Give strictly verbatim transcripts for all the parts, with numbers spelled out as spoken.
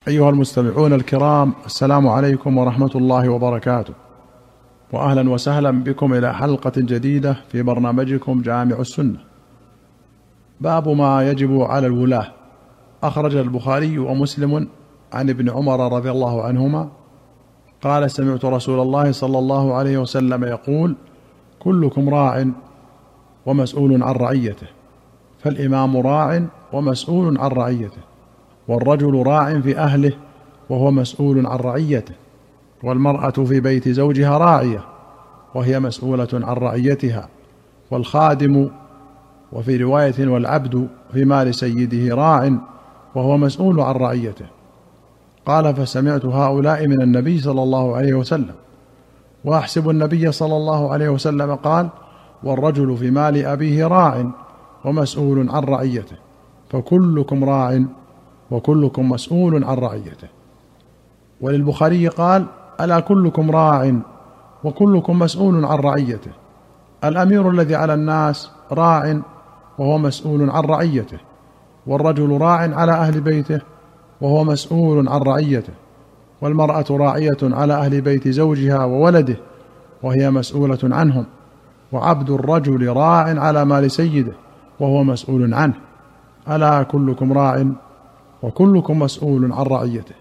أيها المستمعون الكرام، السلام عليكم ورحمة الله وبركاته، وأهلا وسهلا بكم إلى حلقة جديدة في برنامجكم جامع السنة. باب ما يجب على الولاة. أخرج البخاري ومسلم عن ابن عمر رضي الله عنهما قال: سمعت رسول الله صلى الله عليه وسلم يقول: كلكم راع ومسؤول عن رعيته، فالإمام راع ومسؤول عن رعيته، والرجل راع في أهله وهو مسؤول عن رعيته، والمرأة في بيت زوجها راعية وهي مسؤولة عن رعيتها، والخادم وفي رواية والعبد في مال سيده راع وهو مسؤول عن رعيته. قال: فسمعت هؤلاء من النبي صلى الله عليه وسلم، وأحسب النبي صلى الله عليه وسلم قال: والرجل في مال أبيه راع ومسؤول عن رعيته، فكلكم راع وكلكم مسؤول عن رعيته. وللبخاري قال: ألا كلكم راع وكلكم مسؤول عن رعيته. الأمير الذي على الناس راع وهو مسؤول عن رعيته، والرجل راع على أهل بيته وهو مسؤول عن رعيته، والمرأة راعية على أهل بيت زوجها وولده وهي مسؤولة عنهم، وعبد الرجل راع على مال سيده وهو مسؤول عنه. ألا كلكم راع وكلكم مسؤول عن رعيته.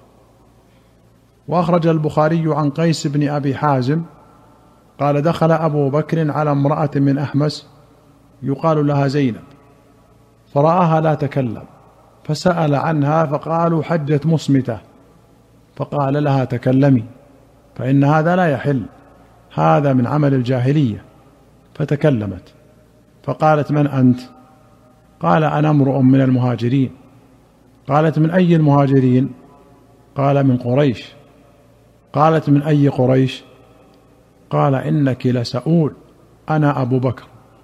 وأخرج البخاري عن قيس بن أبي حازم قال: دخل أبو بكر على امرأة من أحمس يقال لها زينب، فرآها لا تكلم، فسأل عنها فقالوا: حجت مصمتة. فقال لها: تكلمي، فإن هذا لا يحل، هذا من عمل الجاهلية. فتكلمت، فقالت: من أنت؟ قال: أنا امرؤ من المهاجرين. قالت: من أي المهاجرين؟ قال: من قريش. قالت: من أي قريش؟ قال: إنك لسؤول، أنا أبو بكر.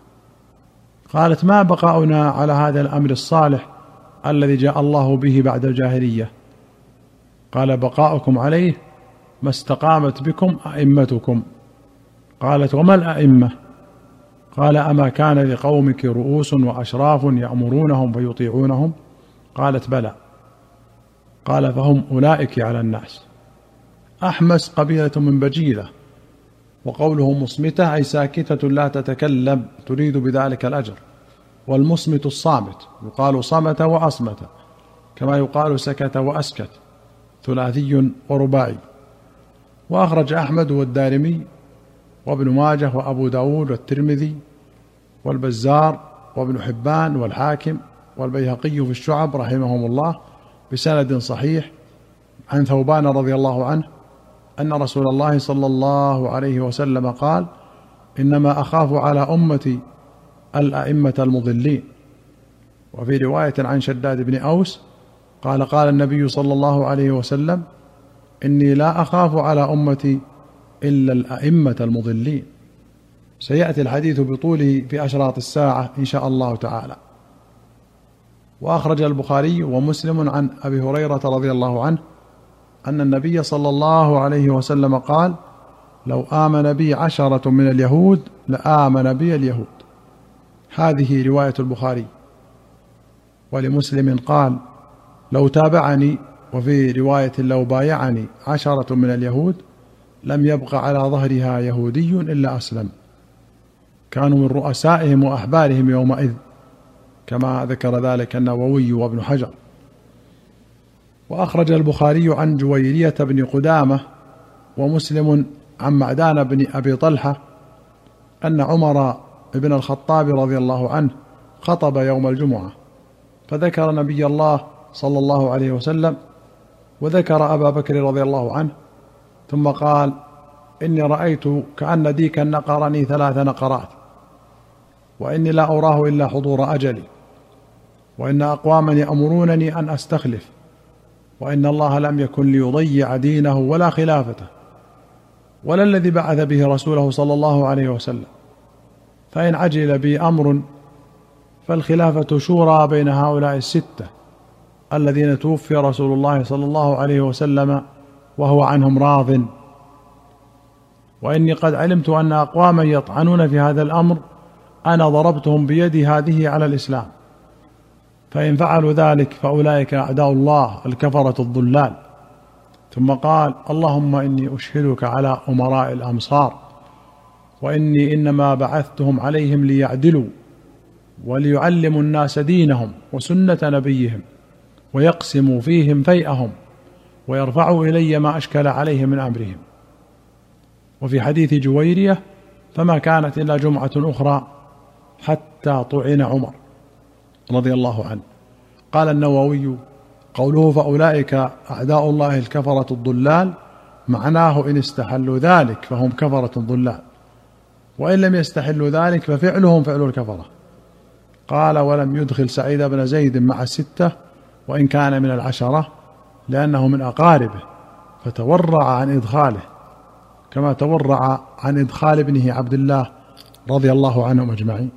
قالت: ما بقاؤنا على هذا الأمر الصالح الذي جاء الله به بعد الجاهلية؟ قال: بقاؤكم عليه ما استقامت بكم أئمتكم. قالت: وما الأئمة؟ قال: أما كان لقومك رؤوس وأشراف يأمرونهم فيطيعونهم؟ قالت: بلى. قال: فهم أولئك على الناس. أحمس قبيلة من بجيلة، وقوله مصمتة أي ساكتة لا تتكلم، تريد بذلك الأجر. والمصمت الصامت، يقال صمت وأصمت، كما يقال سكت وأسكت، ثلاثي ورباعي. وأخرج أحمد والدارمي وابن ماجه وأبو داود والترمذي والبزار وابن حبان والحاكم والبيهقي في الشعب رحمهم الله بسند صحيح عن ثوبان رضي الله عنه أن رسول الله صلى الله عليه وسلم قال: إنما أخاف على أمتي الأئمة المضلين. وفي رواية عن شداد بن أوس قال: قال النبي صلى الله عليه وسلم: إني لا أخاف على أمتي إلا الأئمة المضلين. سيأتي الحديث بطوله في أشراط الساعة إن شاء الله تعالى. وأخرج البخاري ومسلم عن أبي هريرة رضي الله عنه أن النبي صلى الله عليه وسلم قال: لو آمن بي عشرة من اليهود لآمن بي اليهود. هذه رواية البخاري. ولمسلم قال: لو تابعني، وفي رواية لو بايعني عشرة من اليهود لم يبق على ظهرها يهودي إلا أسلم. كانوا من رؤسائهم وأحبارهم يومئذ، كما ذكر ذلك النووي وابن حجر. وأخرج البخاري عن جويرية بن قدامة ومسلم عن معدان بن أبي طلحة أن عمر بن الخطاب رضي الله عنه خطب يوم الجمعة، فذكر نبي الله صلى الله عليه وسلم وذكر أبا بكر رضي الله عنه، ثم قال: إني رأيت كأن ديكا نقرني ثلاث نقرات، وإني لا أراه إلا حضور أجلي، وإن أقواما يأمرونني أن أستخلف، وإن الله لم يكن ليضيع دينه ولا خلافته ولا الذي بعث به رسوله صلى الله عليه وسلم، فإن عجل بي أمر فالخلافة شورى بين هؤلاء الستة الذين توفي رسول الله صلى الله عليه وسلم وهو عنهم راض، وإني قد علمت أن أقواما يطعنون في هذا الأمر أنا ضربتهم بيدي هذه على الإسلام، فإن فعلوا ذلك فأولئك أعداء الله الكفرة الضلال، ثم قال: اللهم إني أشهدك على أمراء الأمصار، وإني إنما بعثتهم عليهم ليعدلوا وليعلموا الناس دينهم وسنة نبيهم، ويقسموا فيهم فيئهم، ويرفعوا إلي ما أشكل عليهم من أمرهم. وفي حديث جويرية: فما كانت إلا جمعة أخرى حتى طعن عمر رضي الله عنه. قال النووي: قوله فأولئك أعداء الله الكفرة الضلال، معناه إن استحلوا ذلك فهم كفرة ضلال، وإن لم يستحلوا ذلك ففعلهم فعل الكفرة. قال: ولم يدخل سعيد بن زيد مع الستة وإن كان من العشرة، لأنه من أقاربه فتورع عن إدخاله، كما تورع عن إدخال ابنه عبد الله رضي الله عنهم أجمعين.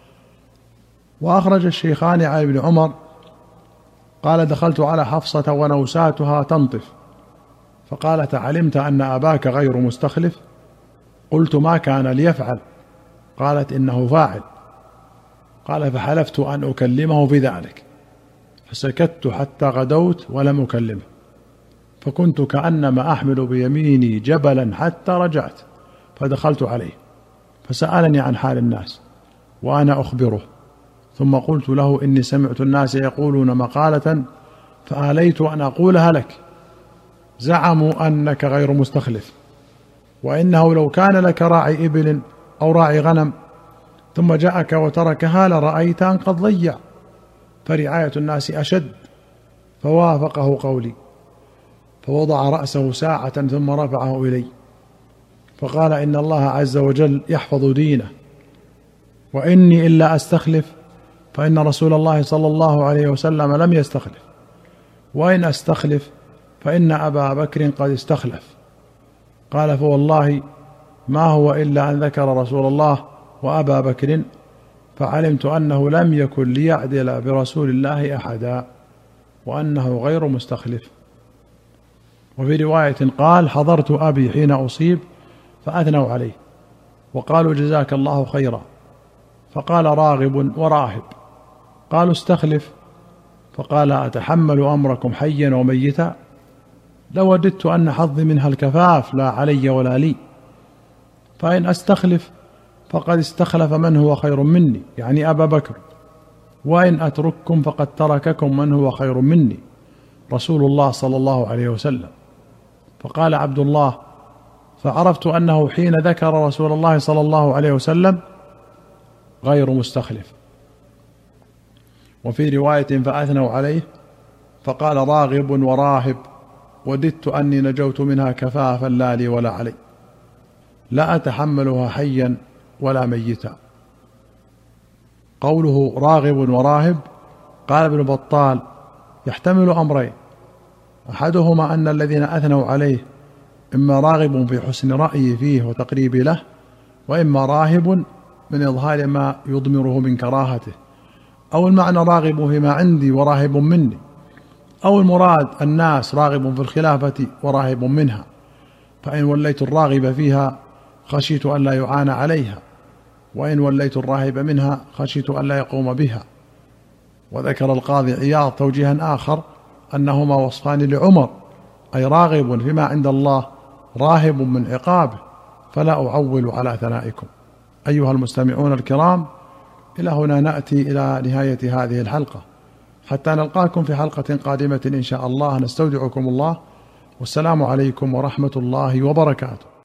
وأخرج الشيخان عن ابن عمر قال: دخلت على حفصة ونوساتها تنطف، فقالت: علمت أن أباك غير مستخلف؟ قلت: ما كان ليفعل؟ قالت: إنه فاعل. قال: فحلفت أن أكلمه بذلك، فسكت حتى غدوت ولم أكلمه، فكنت كأنما أحمل بيميني جبلا حتى رجعت، فدخلت عليه فسألني عن حال الناس وأنا أخبره، ثم قلت له: إني سمعت الناس يقولون مقالة فآليت أن أقولها لك، زعموا أنك غير مستخلف، وإنه لو كان لك راعي إبل أو راعي غنم ثم جاءك وتركها لرأيت أن قد ضيع، فرعاية الناس أشد. فوافقه قولي، فوضع رأسه ساعة ثم رفعه إلي فقال: إن الله عز وجل يحفظ دينه، وإني إلا أستخلف فإن رسول الله صلى الله عليه وسلم لم يستخلف، وإن أستخلف فإن أبا بكر قد استخلف. قال: فوالله ما هو إلا أن ذكر رسول الله وأبا بكر، فعلمت أنه لم يكن ليعدل برسول الله أحدا، وأنه غير مستخلف. وفي رواية قال: حضرت أبي حين أصيب فأثنوا عليه وقالوا: جزاك الله خيرا. فقال: راغب وراهب. قالوا: استخلف. فقال: أتحمل أمركم حيا وميتا؟ لوددت أن حظي منها الكفاف لا علي ولا لي، فإن أستخلف فقد استخلف من هو خير مني، يعني أبا بكر، وإن أترككم فقد ترككم من هو خير مني، رسول الله صلى الله عليه وسلم. فقال عبد الله: فعرفت أنه حين ذكر رسول الله صلى الله عليه وسلم غير مستخلف. وفي رواية: فأثنوا عليه، فقال: راغب وراهب، وددت أني نجوت منها كفافا لا لي ولا علي، لا أتحملها حيا ولا ميتا. قوله راغب وراهب، قال ابن بطال: يحتمل أمرين، أحدهما أن الذين أثنوا عليه إما راغب في حسن رأيه فيه وتقريب له، وإما راهب من إظهار ما يضمره من كراهته، أو المعنى راغب فيما عندي وراهب مني، أو المراد الناس راغب في الخلافة وراهب منها، فإن وليت الراغب فيها خشيت أن لا يعان عليها، وإن وليت الراهب منها خشيت أن لا يقوم بها. وذكر القاضي عياض توجيها آخر أنهما وصفان لعمر، أي راغب فيما عند الله، راهب من عقابه، فلا أعول على ثنائكم. أيها المستمعون الكرام، إلى هنا نأتي إلى نهاية هذه الحلقة، حتى نلقاكم في حلقة قادمة إن شاء الله. نستودعكم الله، والسلام عليكم ورحمة الله وبركاته.